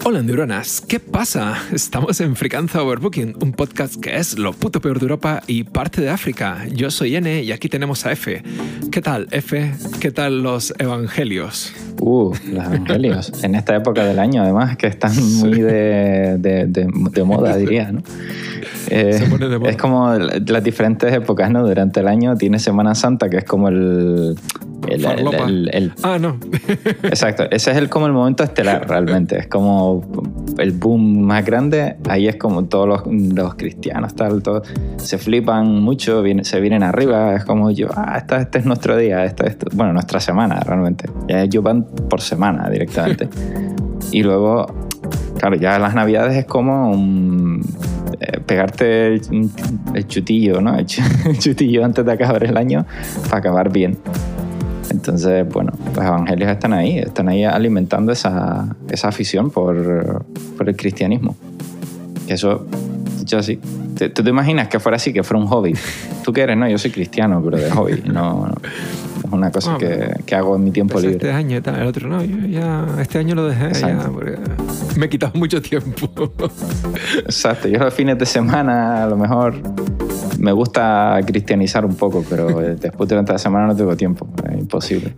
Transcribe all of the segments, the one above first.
Hola neuronas, ¿qué pasa? Estamos en Fricanza Overbooking, un podcast que es lo puto peor de Europa y parte de África. Yo soy N y aquí tenemos a F. ¿Qué tal, F? ¿Qué tal los evangelios? Los evangelios. En esta época del año, además, que están muy de moda, diría, ¿no? Se pone de moda. Es como las diferentes épocas, ¿no? Durante el año tiene Semana Santa, que es como el no. Exacto, ese es como el momento estelar realmente, es como el boom más grande. Ahí es como todos los cristianos todo, se flipan mucho, se vienen arriba, es como este es nuestro día, bueno, nuestra semana realmente, ya ellos van por semana directamente. Y luego, claro, ya las navidades es como pegarte el chutillo, ¿no? El chutillo antes de acabar el año para acabar bien. Entonces, bueno, los evangelios están ahí alimentando esa afición por el cristianismo. Eso, dicho así, ¿tú te imaginas que fuera así, que fuera un hobby? ¿Tú qué eres? No, yo soy cristiano, pero de hobby, no es una cosa que hago en mi tiempo libre. Este año y tal, el otro no, yo ya este año lo dejé. Ya, porque me he quitado mucho tiempo. Exacto, yo los fines de semana a lo mejor me gusta cristianizar un poco, pero después durante la semana no tengo tiempo, es imposible.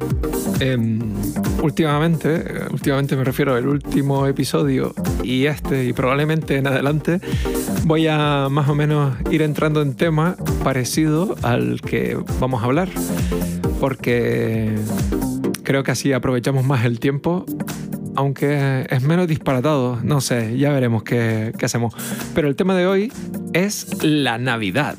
Últimamente me refiero al último episodio y probablemente en adelante voy a más o menos ir entrando en tema parecido al que vamos a hablar, porque creo que así aprovechamos más el tiempo, aunque es menos disparatado. No sé, ya veremos qué hacemos. Pero el tema de hoy es la Navidad.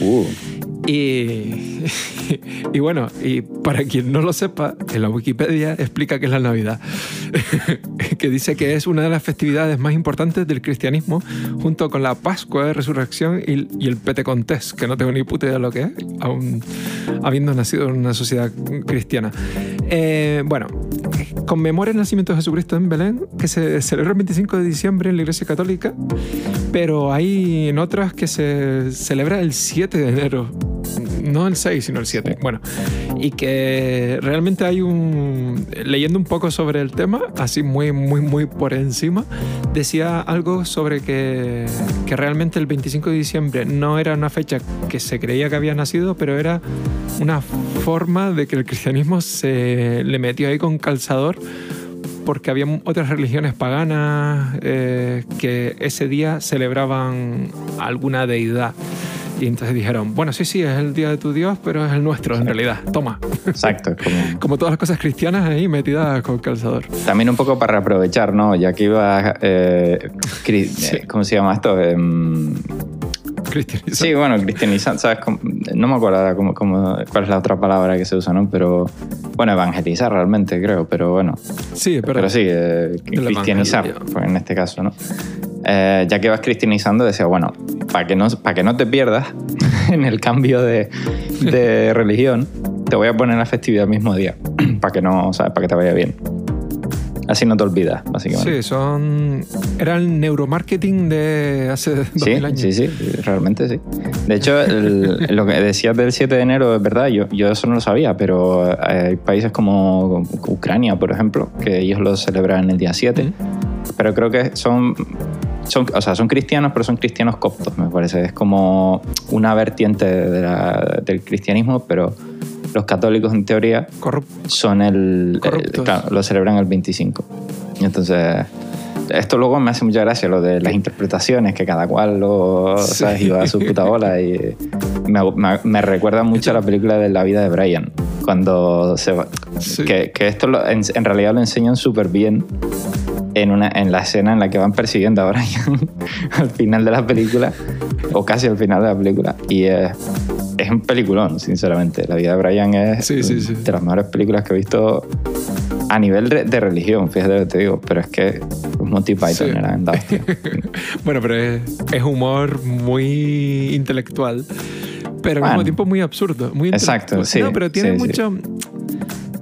Y bueno, y para quien no lo sepa, en la Wikipedia explica qué es la Navidad, que dice que es una de las festividades más importantes del cristianismo, junto con la Pascua de Resurrección y el Pentecostés, que no tengo ni puta idea de lo que es, aún habiendo nacido en una sociedad cristiana. Bueno, conmemora el nacimiento de Jesucristo en Belén, que se celebra el 25 de diciembre en la Iglesia Católica, pero hay en otras que se celebra el 7 de enero. No el 6, sino el 7. Sí. Bueno, y que realmente hay leyendo un poco sobre el tema, así muy, muy, muy por encima, decía algo sobre que realmente el 25 de diciembre no era una fecha que se creía que había nacido, pero era una forma de que el cristianismo se le metió ahí con calzador, porque había otras religiones paganas que ese día celebraban alguna deidad. Y entonces dijeron, bueno, sí, es el día de tu Dios, pero es el nuestro en realidad. Toma. Exacto. Como todas las cosas cristianas ahí metidas con calzador. También un poco para reaprovechar, ¿no? Ya que iba... ¿Cómo se llama esto? Cristianizar. Sí, bueno, cristianizar, ¿sabes? No me acuerdo cuál es la otra palabra que se usa, ¿no? Pero, bueno, evangelizar realmente, creo, pero bueno. Sí, pero sí, cristianizar, pues, en este caso, ¿no? Ya que vas cristianizando, decía, bueno, para que no te pierdas en el cambio de religión, te voy a poner la festividad el mismo día, para que te vaya bien. Así no te olvidas, básicamente. Sí, era el neuromarketing de hace 2000 años. Sí, realmente sí. De hecho, lo que decías del 7 de enero es verdad, yo eso no lo sabía, pero hay países como Ucrania, por ejemplo, que ellos lo celebran el día 7, pero creo que son cristianos, pero son cristianos coptos, me parece. Es como una vertiente del cristianismo, pero los católicos, en teoría, son claro, lo celebran el 25. Y entonces, esto luego me hace mucha gracia, lo de las interpretaciones, que cada cual ¿sabes? Iba a su puta bola. Y me recuerda mucho a la película de La vida de Brian, cuando se va. Sí. Que esto en realidad lo enseñan súper bien en la escena en la que van persiguiendo a Brian al final de la película, o casi al final de la película. Y es un peliculón, sinceramente. La vida de Brian es de las mejores películas que he visto a nivel de religión, fíjate lo que te digo, pero es que Monty Python era en la hostia. Bueno, pero es humor muy intelectual, pero al mismo tiempo muy absurdo. Muy exacto, sí. No, pero tiene mucho...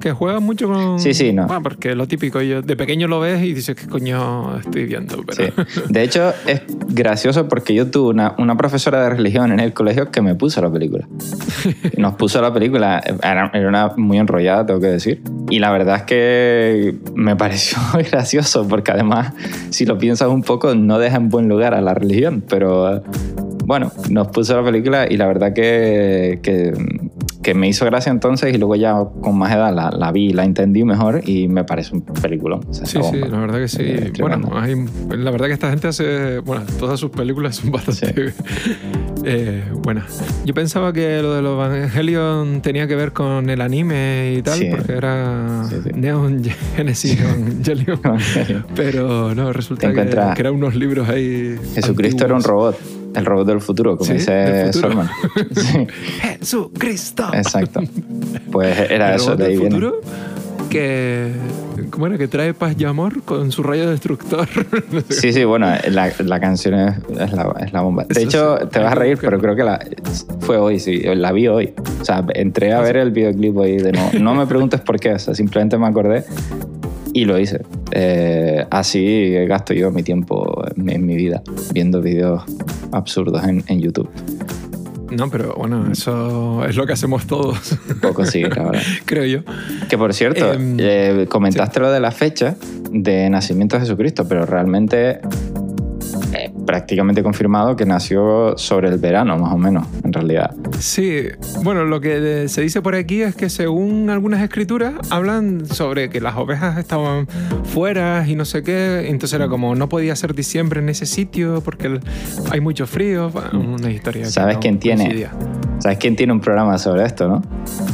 que juegas mucho con... Sí, no. Bueno, porque lo típico, yo de pequeño lo ves y dices, ¿qué coño estoy viendo? Pero... Sí. De hecho, es gracioso porque yo tuve una profesora de religión en el colegio que me puso la película. Nos puso la película, era una muy enrollada, tengo que decir. Y la verdad es que me pareció gracioso porque además, si lo piensas un poco, no deja en buen lugar a la religión. Pero bueno, nos puso la película y la verdad que me hizo gracia entonces, y luego ya con más edad la vi, la entendí mejor y me parece un peliculón. O sea, sí, la verdad que sí. Bueno, la verdad que esta gente hace... Bueno, todas sus películas son bastante buenas. Yo pensaba que lo de los Evangelion tenía que ver con el anime y tal, porque era Neon Genesis Evangelion. Pero no, resulta que eran unos libros ahí... Jesucristo era un robot. El robot del futuro, como dice Solman. Sí. ¡Jesucristo! Exacto. Pues era el eso, robot de ahí del viene. futuro que... ¿Cómo era? Que trae paz y amor con su rayo destructor. Sí, bueno, la canción es la bomba. De hecho, te vas a reír, pero creo que fue hoy, sí. La vi hoy. O sea, entré a ver el videoclip hoy de nuevo. No me preguntes por qué, o sea, simplemente me acordé y lo hice. Así gasto yo mi tiempo en mi vida, viendo vídeos absurdos en YouTube. No, pero bueno, eso es lo que hacemos todos. Un poco sí, la verdad. Creo yo. Que por cierto, comentaste lo de la fecha de nacimiento de Jesucristo, pero realmente prácticamente confirmado que nació sobre el verano, más o menos, en realidad. Sí, bueno, lo que se dice por aquí es que según algunas escrituras hablan sobre que las ovejas estaban fuera y no sé qué, entonces era como no podía ser diciembre en ese sitio porque hay mucho frío, una historia. ¿Sabes quién tiene? ¿Sabes quién tiene un programa sobre esto, no?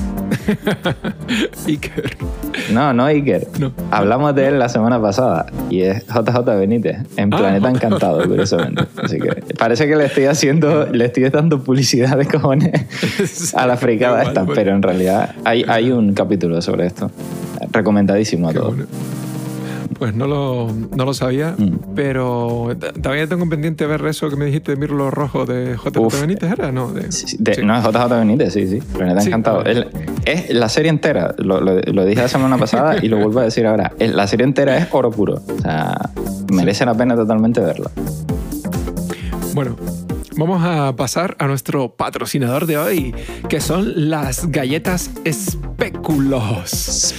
Iker. No Iker. No. Hablamos de él la semana pasada y es JJ Benítez en Planeta Encantado, curiosamente. Así que parece que le estoy dando publicidad de cojones a la fricada esta, pero en realidad hay un capítulo sobre esto. Recomendadísimo a todos. Bueno. Pues no lo sabía, pero todavía tengo pendiente ver eso que me dijiste de Mirlo Rojo de JJ Benítez, ¿era? No, no, es JJ Benítez, sí. Planeta Encantado. Claro. Es la serie entera, lo dije la semana pasada y lo vuelvo a decir ahora. La serie entera es oro puro. O sea, merece la pena totalmente verla. Bueno, vamos a pasar a nuestro patrocinador de hoy, que son las galletas Speculoos.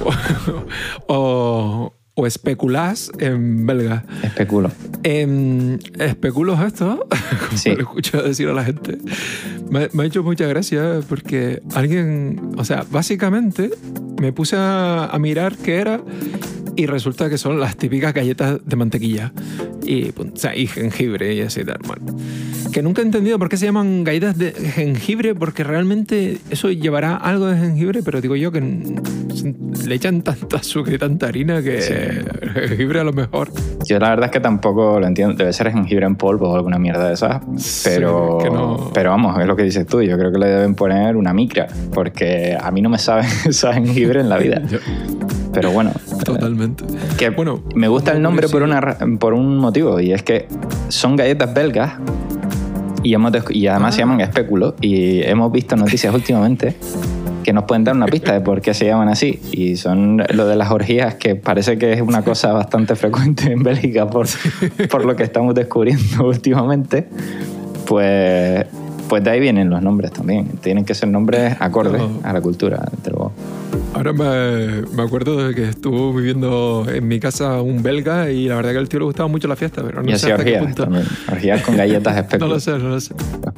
O especulás en belga. Especulo. Especulos esto, como sí. Lo escucho decir a la gente. Me ha hecho mucha gracia porque alguien, o sea, básicamente me puse a mirar qué era y resulta que son las típicas galletas de mantequilla y jengibre y así tal. Bueno, que nunca he entendido por qué se llaman galletas de jengibre, porque realmente eso llevará algo de jengibre, pero digo yo que le echan tanta azúcar y tanta harina que jengibre a lo mejor. Yo la verdad es que tampoco lo entiendo. Debe ser jengibre en polvo o alguna mierda de esas. Pero, sí, no. Pero vamos, es lo que dices tú. Yo creo que le deben poner una micra, porque a mí no me sabe jengibre en la vida. Pero bueno. Totalmente. Que bueno, me gusta el nombre por un motivo, y es que son galletas belgas y además se llaman Speculoos, y hemos visto noticias últimamente que nos pueden dar una pista de por qué se llaman así, y son lo de las orgías, que parece que es una cosa bastante frecuente en Bélgica por lo que estamos descubriendo últimamente. Pues de ahí vienen los nombres también. Tienen que ser nombres acordes a la cultura, desde luego. Ahora me acuerdo de que estuvo viviendo en mi casa un belga y la verdad que al tío le gustaba mucho la fiesta, pero no sé hasta qué punto. También. Orgías con galletas Speculoos. No lo sé.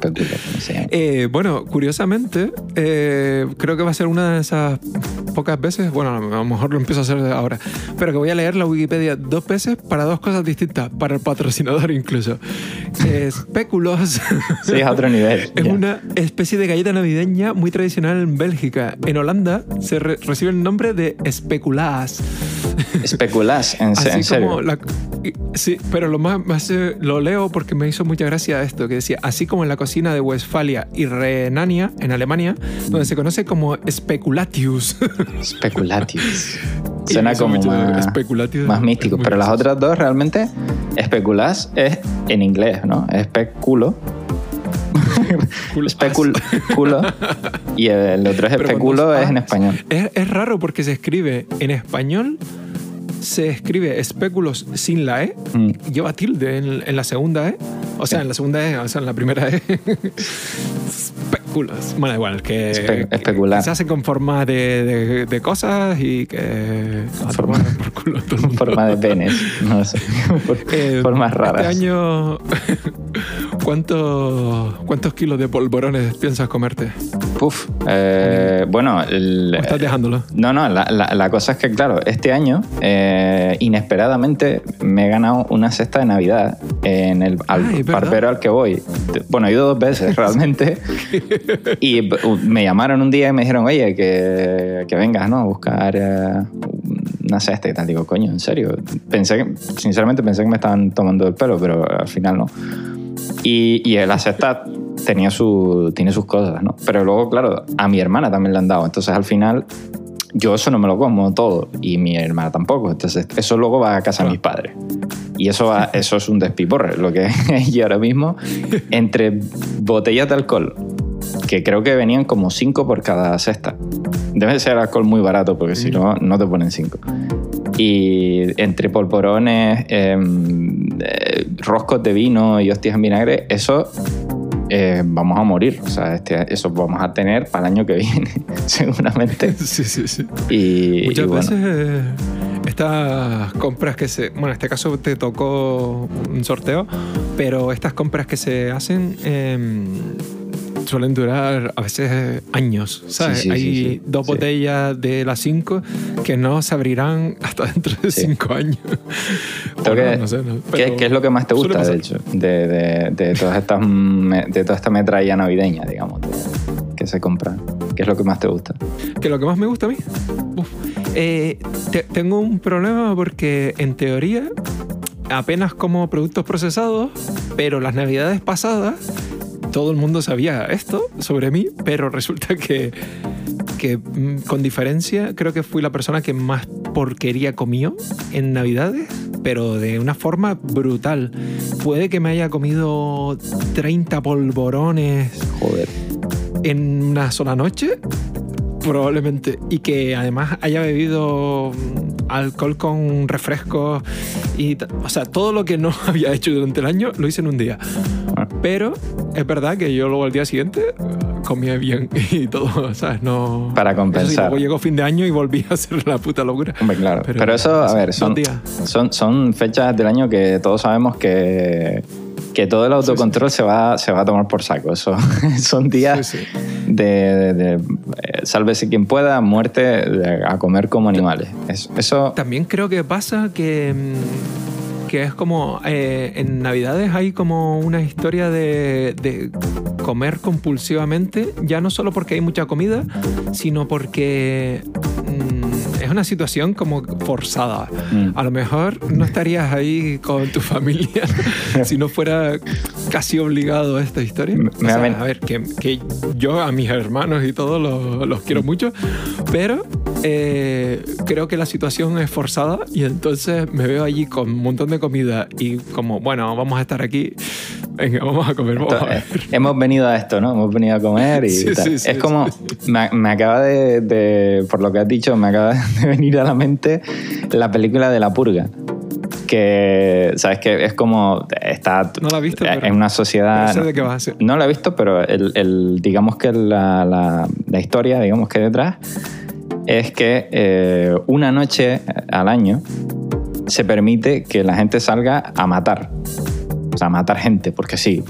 Bueno, curiosamente, creo que va a ser una de esas pocas veces, bueno, a lo mejor lo empiezo a hacer ahora, pero que voy a leer la Wikipedia 2 veces para 2 cosas distintas, para el patrocinador incluso. Speculoos. Sí, es a otro nivel. Es una especie de galleta navideña muy tradicional en Bélgica. En Holanda se recibe el nombre de Speculaas. Speculaas, ¿en serio? Sí, pero lo leo porque me hizo mucha gracia esto, que decía, así como en la cocina de Westfalia y Renania, en Alemania, donde se conoce como Speculatius. Speculatius. Suena como más místico, pero las otras dos realmente, Speculaas es en inglés, ¿no? Especulo. Espéculo. Y el otro es especulo, es en español. Es raro porque se escribe en español, se escribe espéculos sin la E, lleva tilde en la segunda E, o sea, en la segunda E, o sea, en la primera E. Espéculos. Bueno, igual, que se hace con forma de cosas y que... Forma de penes, no sé. Formas raras. Este año, ¿cuántos kilos de polvorones piensas comerte? Bueno... ¿O estás dejándolo? No, la cosa es que, claro, este año, inesperadamente, me he ganado una cesta de Navidad al barbero al que voy. Bueno, he ido 2 veces, realmente. Y me llamaron un día y me dijeron, oye, que vengas, ¿no? A buscar una cesta y tal. Digo, coño, ¿en serio? Sinceramente pensé que me estaban tomando el pelo, pero al final no. Y la cesta tiene sus cosas, ¿no? Pero luego, claro, a mi hermana también le han dado. Entonces, al final, yo eso no me lo como todo. Y mi hermana tampoco. Entonces, eso luego va a casa de mis padres. Y eso es un despiporre. Lo que es yo ahora mismo, entre botellas de alcohol, que creo que venían como 5 por cada cesta. Debe ser alcohol muy barato, porque si no, no te ponen 5. Y entre polvorones, roscos de vino y hostias en vinagre, eso vamos a morir. O sea, eso vamos a tener para el año que viene, seguramente. Sí. Y muchas veces estas compras que en este caso te tocó un sorteo, pero estas compras que se hacen suelen durar a veces años, ¿sabes? Hay 2 botellas de las 5 que no se abrirán hasta dentro de 5 años. ¿Qué es lo que más te gusta, de hecho, de toda esta metralla navideña, digamos, que se compra? ¿Qué es lo que más te gusta? ¿Qué es lo que más me gusta a mí? Tengo un problema porque, en teoría, apenas como productos procesados, pero las navidades pasadas todo el mundo sabía esto sobre mí, pero resulta que con diferencia creo que fui la persona que más porquería comió en Navidades, pero de una forma brutal. Puede que me haya comido 30 polvorones. Joder. En una sola noche, probablemente, y que además haya bebido alcohol con refrescos o sea, todo lo que no había hecho durante el año lo hice en un día. Pero es verdad que yo luego al día siguiente comía bien y todo, ¿sabes? No, para compensar. Sí, luego llegó fin de año y volví a hacer la puta locura. Hombre, claro. Pero eso, a ver, son fechas del año que todos sabemos que todo el autocontrol se va a tomar por saco. Eso, son días de sálvese quien pueda, muerte, a comer como animales. Eso... También creo que pasa que es como en Navidades hay como una historia de comer compulsivamente, ya no solo porque hay mucha comida, sino porque es una situación como forzada. A lo mejor no estarías ahí con tu familia si no fuera casi obligado a esta historia. A ver, que yo a mis hermanos y todos los quiero mucho, pero creo que la situación es forzada y entonces me veo allí con un montón de comida y como, bueno, vamos a estar aquí, venga, vamos a comer, vamos a ver. Hemos venido a esto, ¿no? Hemos venido a comer y tal. Es como, me acaba por lo que has dicho, me acaba de venir a la mente la película de La Purga. Que, ¿sabes? Que es como... No la he visto, pero... En una sociedad... No sé de qué va a ser. No la he visto, pero digamos que la historia, digamos que detrás, es que una noche al año se permite que la gente salga a matar. O sea, a matar gente, porque sí,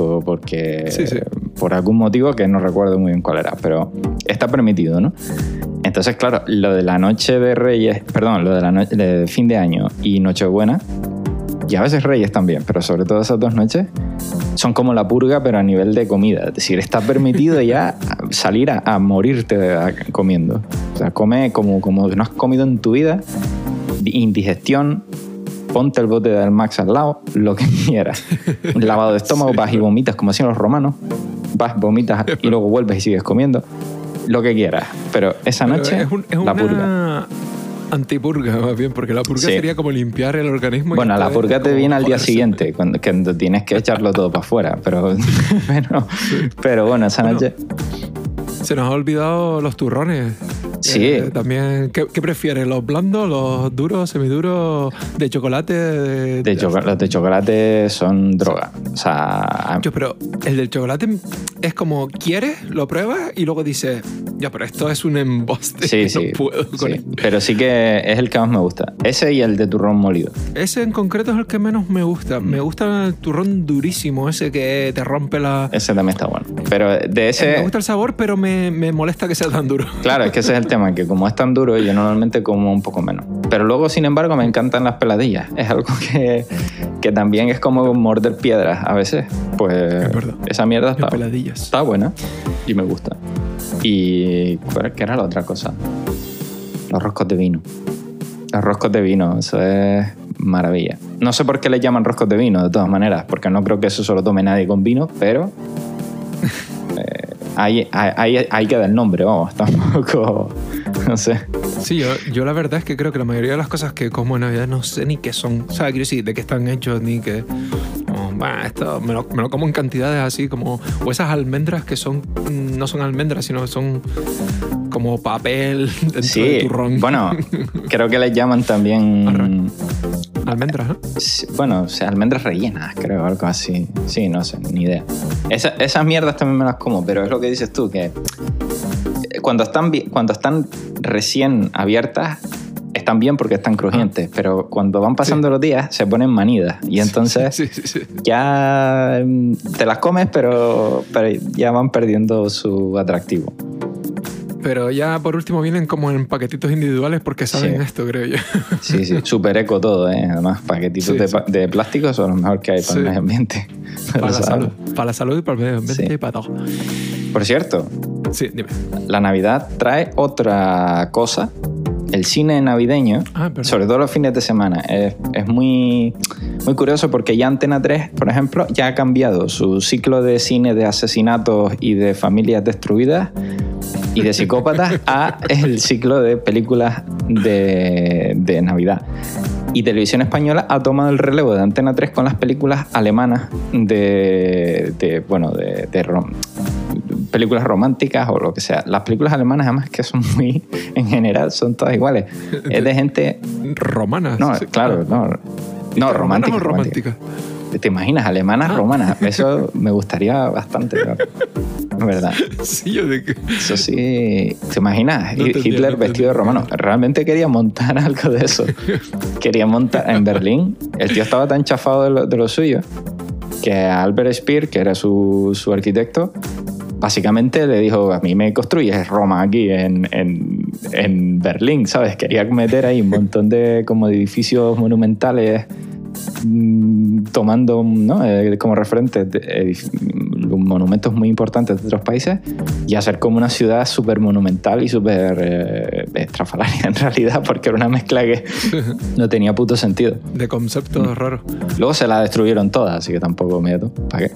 por algún motivo que no recuerdo muy bien cuál era, pero está permitido, ¿no? Entonces, claro, lo de la noche de Reyes, perdón, lo de la noche de fin de año y Nochebuena, y a veces Reyes también, pero sobre todo esas 2 noches, son como la purga, pero a nivel de comida. Es decir, está permitido ya salir a morirte comiendo. O sea, come como no has comido en tu vida, indigestión, ponte el bote del Max al lado, lo que quieras. Un lavado de estómago, vas y vomitas como hacían los romanos, vas, vomitas y luego vuelves y sigues comiendo. Lo que quieras, pero esa noche es la purga. Antipurga, más bien, porque la purga sería como limpiar el organismo. Bueno, la purga te viene al día siguiente, cuando tienes que echarlo todo para afuera, pero bueno, esa noche... Se nos ha olvidado los turrones. Sí. También, ¿qué prefieres? ¿Los blandos, los duros, semiduros, de chocolate? Los de chocolate son droga. O sea... Pero el del chocolate es como, ¿quieres? Lo pruebas y luego dices, ya, pero esto es un embuste. Sí, no puedo con él. Pero sí que es el que más me gusta. Ese y el de turrón molido. Ese en concreto es el que menos me gusta. Me gusta el turrón durísimo, ese que te rompe la... Ese también está bueno. Pero de ese... Me gusta el sabor, pero me molesta que sea tan duro. Claro, es que ese es el tema, que como es tan duro, yo normalmente como un poco menos. Pero luego, sin embargo, me encantan las peladillas. Es algo que también es como morder piedras a veces. Pues esa mierda está buena y me gusta. ¿Y qué era la otra cosa? Los roscos de vino. Los roscos de vino, eso es maravilla. No sé por qué le llaman roscos de vino, de todas maneras, porque no creo que eso solo tome nadie con vino, pero... Ahí queda el nombre, vamos, tampoco, no sé. Sí, yo la verdad es que creo que la mayoría de las cosas que como en Navidad no sé ni qué son. O sea, quiero decir, de qué están hechos, ni qué... esto me lo como en cantidades así, como... O esas almendras que son... No son almendras, sino que son como papel dentro de turrón. Bueno, creo que les llaman también... Almendras, ¿no? Bueno, o sea, almendras rellenas, creo, algo así. Sí, no sé, ni idea. Esas mierdas también me las como, pero es lo que dices tú, que cuando están recién abiertas, están bien porque están crujientes, pero cuando van pasando los días se ponen manidas y entonces ya te las comes, pero ya van perdiendo su atractivo. Pero ya por último vienen como en paquetitos individuales porque saben esto, creo yo. Sí, súper eco todo, ¿eh? Además, paquetitos de plástico son los mejor que hay para el medio ambiente. Para la salud y para el medio ambiente y para todo. Por cierto, dime. La Navidad trae otra cosa. El cine navideño, sobre todo los fines de semana, es muy, muy curioso porque ya Antena 3, por ejemplo, ya ha cambiado su ciclo de cine de asesinatos y de familias destruidas y de psicópatas a el ciclo de películas de Navidad. Y Televisión Española ha tomado el relevo de Antena 3 con las películas alemanas películas románticas o lo que sea. Las películas alemanas, además, que son muy, en general, son todas iguales. Es de gente... ¿Romanas? No, claro, no, románticas. ¿Te imaginas? Alemanas, romanas. Eso me gustaría bastante, claro. ¿Verdad? Sí, yo de que... Eso sí... ¿Te imaginas? Hitler vestido de romano. Realmente quería montar algo de eso. Quería montar en Berlín. El tío estaba tan chafado de lo suyo que a Albert Speer, que era su arquitecto, básicamente le dijo, a mí me construyes Roma aquí en Berlín, ¿sabes? Quería meter ahí un montón de edificios monumentales tomando, ¿no? Como referentes monumentos muy importantes de otros países y hacer como una ciudad súper monumental y súper estrafalaria en realidad, porque era una mezcla que no tenía puto sentido. De conceptos raros. Luego se la destruyeron todas, así que tampoco miedo. ¿Para qué?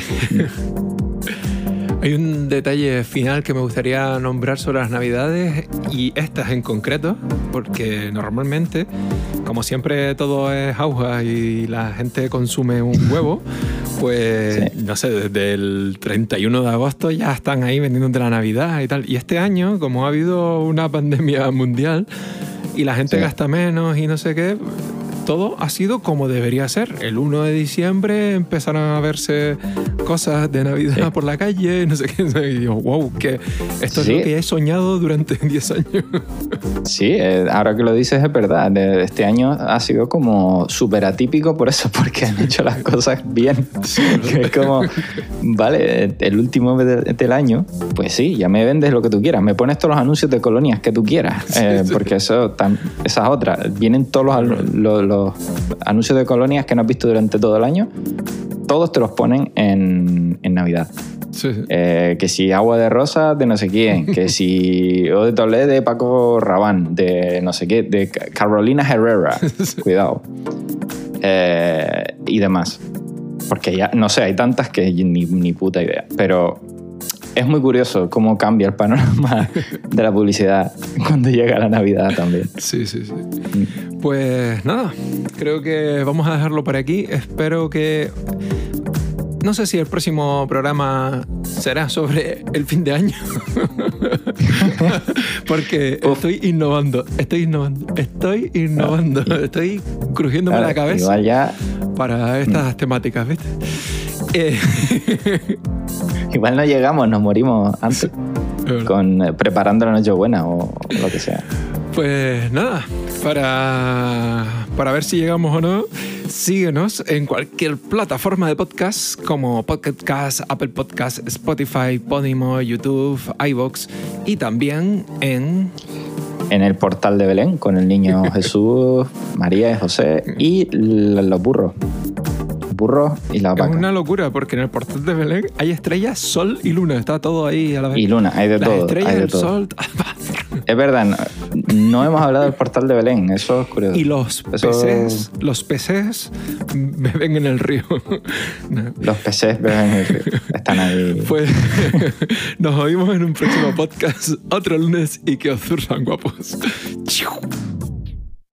Hay un detalle final que me gustaría nombrar sobre las Navidades y estas en concreto, porque normalmente, como siempre todo es jauja y la gente consume un huevo, pues no sé, desde el 31 de agosto ya están ahí vendiendo la Navidad y tal. Y este año, como ha habido una pandemia mundial y la gente gasta menos y no sé qué, todo ha sido como debería ser. El 1 de diciembre empezaron a verse cosas de Navidad por la calle, no sé qué. Y digo, wow, que esto es lo que he soñado durante 10 años. Sí, ahora que lo dices es verdad. Este año ha sido como súper atípico por eso, porque han hecho las cosas bien. Sí, que es como, vale, el último del año, pues sí, ya me vendes lo que tú quieras. Me pones todos los anuncios de colonias que tú quieras. Porque esa es otra. Vienen todos los anuncios de colonias que no has visto durante todo el año, todos te los ponen en Navidad. Que si agua de rosa de no sé quién, que si eau de Toilette de Paco Rabanne, de no sé qué, de Carolina Herrera, cuidado, y demás, porque ya no sé, hay tantas que ni puta idea, pero es muy curioso cómo cambia el panorama de la publicidad cuando llega la Navidad también. Sí. Pues nada, creo que vamos a dejarlo por aquí. Espero que... No sé si el próximo programa será sobre el fin de año. Porque estoy innovando. Estoy crujiéndome la cabeza igual ya... para estas temáticas, ¿viste? Igual no llegamos, nos morimos antes. Preparando la Nochebuena o lo que sea. Pues nada, para ver si llegamos o no, síguenos en cualquier plataforma de podcast como Pocket Cast, Apple Podcast, Spotify, Podimo, YouTube, iVoox y también en el portal de Belén con el niño Jesús, María y José y los burros. Burros y la vaca. Es una locura porque en el portal de Belén hay estrellas, sol y luna. Está todo ahí a la vez. Y luna, hay de Las todo. Estrellas, hay de el todo. sol. Es verdad, no hemos hablado del portal de Belén, eso es curioso. Y los peces beben en el río. No. Los peces beben en el río. Están ahí. Pues nos oímos en un próximo podcast otro lunes y que os zurran guapos.